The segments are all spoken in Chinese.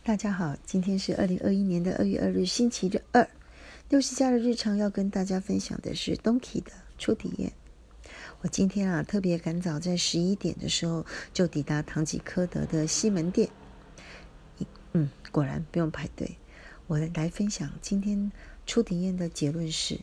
大家好，今天是2021年的2月2日，星期二。60加的日常要跟大家分享的是 Donkey 的初体验。我今天特别赶早，在11点的时候就抵达唐吉诃德的西门店。果然不用排队。我来分享今天初体验的结论是，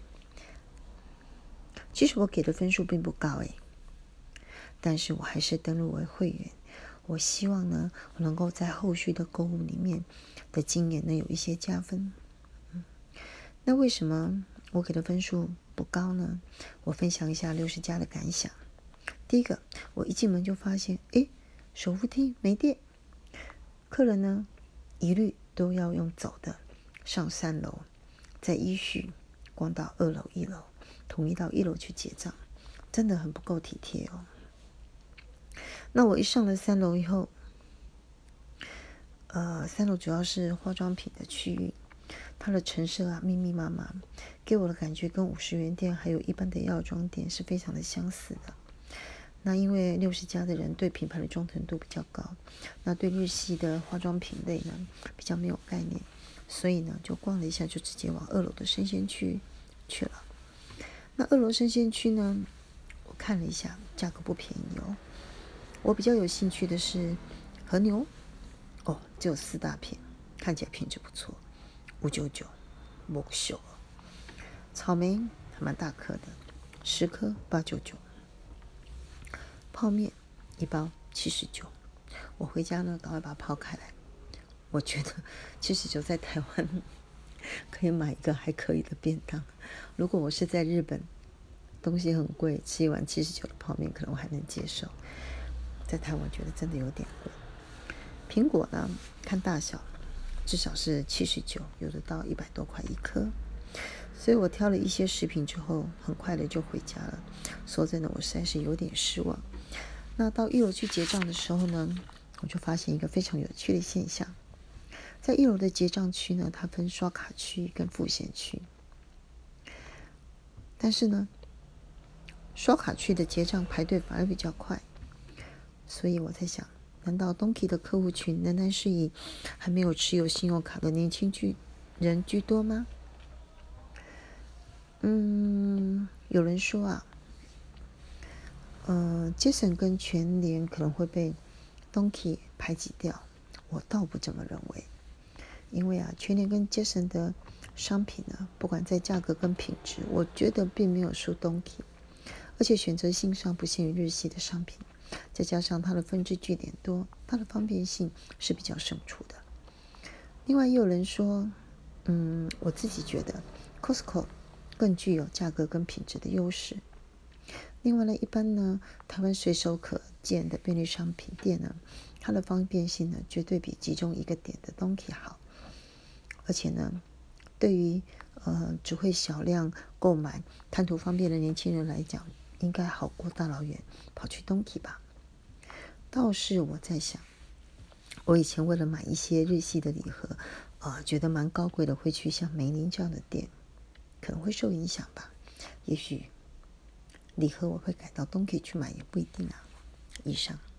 其实我给的分数并不高但是我还是登录为会员。我希望呢，我能够在后续的购物里面的经验能有一些加分。那为什么我给的分数不高呢？我分享一下60加的感想。第一个，我一进门就发现，手扶梯没电，客人呢一律都要用走的上3楼，再依序逛到2楼、1楼，统一到1楼去结账，真的很不够体贴哦。那我一上了3楼以后，3楼主要是化妆品的区域，它的陈设密密麻麻，给我的感觉跟50元店还有一般的药妆店是非常的相似的。那因为60加的人对品牌的忠诚度比较高，那对日系的化妆品类呢比较没有概念，所以呢就逛了一下，就直接往2楼的生鲜区去了。那2楼生鲜区呢，我看了一下，价格不便宜哦。我比较有兴趣的是和牛，只有4大片，看起来品质不错，599，不秀。草莓还蛮大颗的，10颗899。泡面1包79，我回家呢赶快把它泡开来。我觉得79在台湾可以买一个还可以的便当。如果我是在日本，东西很贵，吃一碗79的泡面可能我还能接受。在台湾觉得真的有点贵。苹果呢，看大小，至少是79，有的到100多块1颗。所以我挑了一些食品之后，很快的就回家了。说真的，我实在是有点失望。那到1楼去结账的时候呢，我就发现一个非常有趣的现象。在1楼的结账区呢，它分刷卡区跟付现区。但是呢，刷卡区的结账排队反而比较快。所以我在想，难道 Donkey 的客户群仍然是以还没有持有信用卡的年轻人居多吗？有人说Jason 跟全联可能会被 Donkey 排挤掉，我倒不这么认为。因为全联跟 Jason 的商品呢，不管在价格跟品质，我觉得并没有输 Donkey， 而且选择性上不限于日系的商品，再加上它的分支据点多，它的方便性是比较胜出的。另外也有人说，我自己觉得 Costco 更具有价格跟品质的优势。另外呢，一般呢，台湾随手可见的便利商品店呢，它的方便性呢，绝对比集中一个点的 Donkey 好。而且呢，对于只会小量购买、贪图方便的年轻人来讲，应该好过大老远跑去 Donkey 吧。倒是我在想，我以前为了买一些日系的礼盒，觉得蛮高贵的，会去像梅林这样的店，可能会受影响吧。也许礼盒我会改到 Donkey 去买，也不一定以上。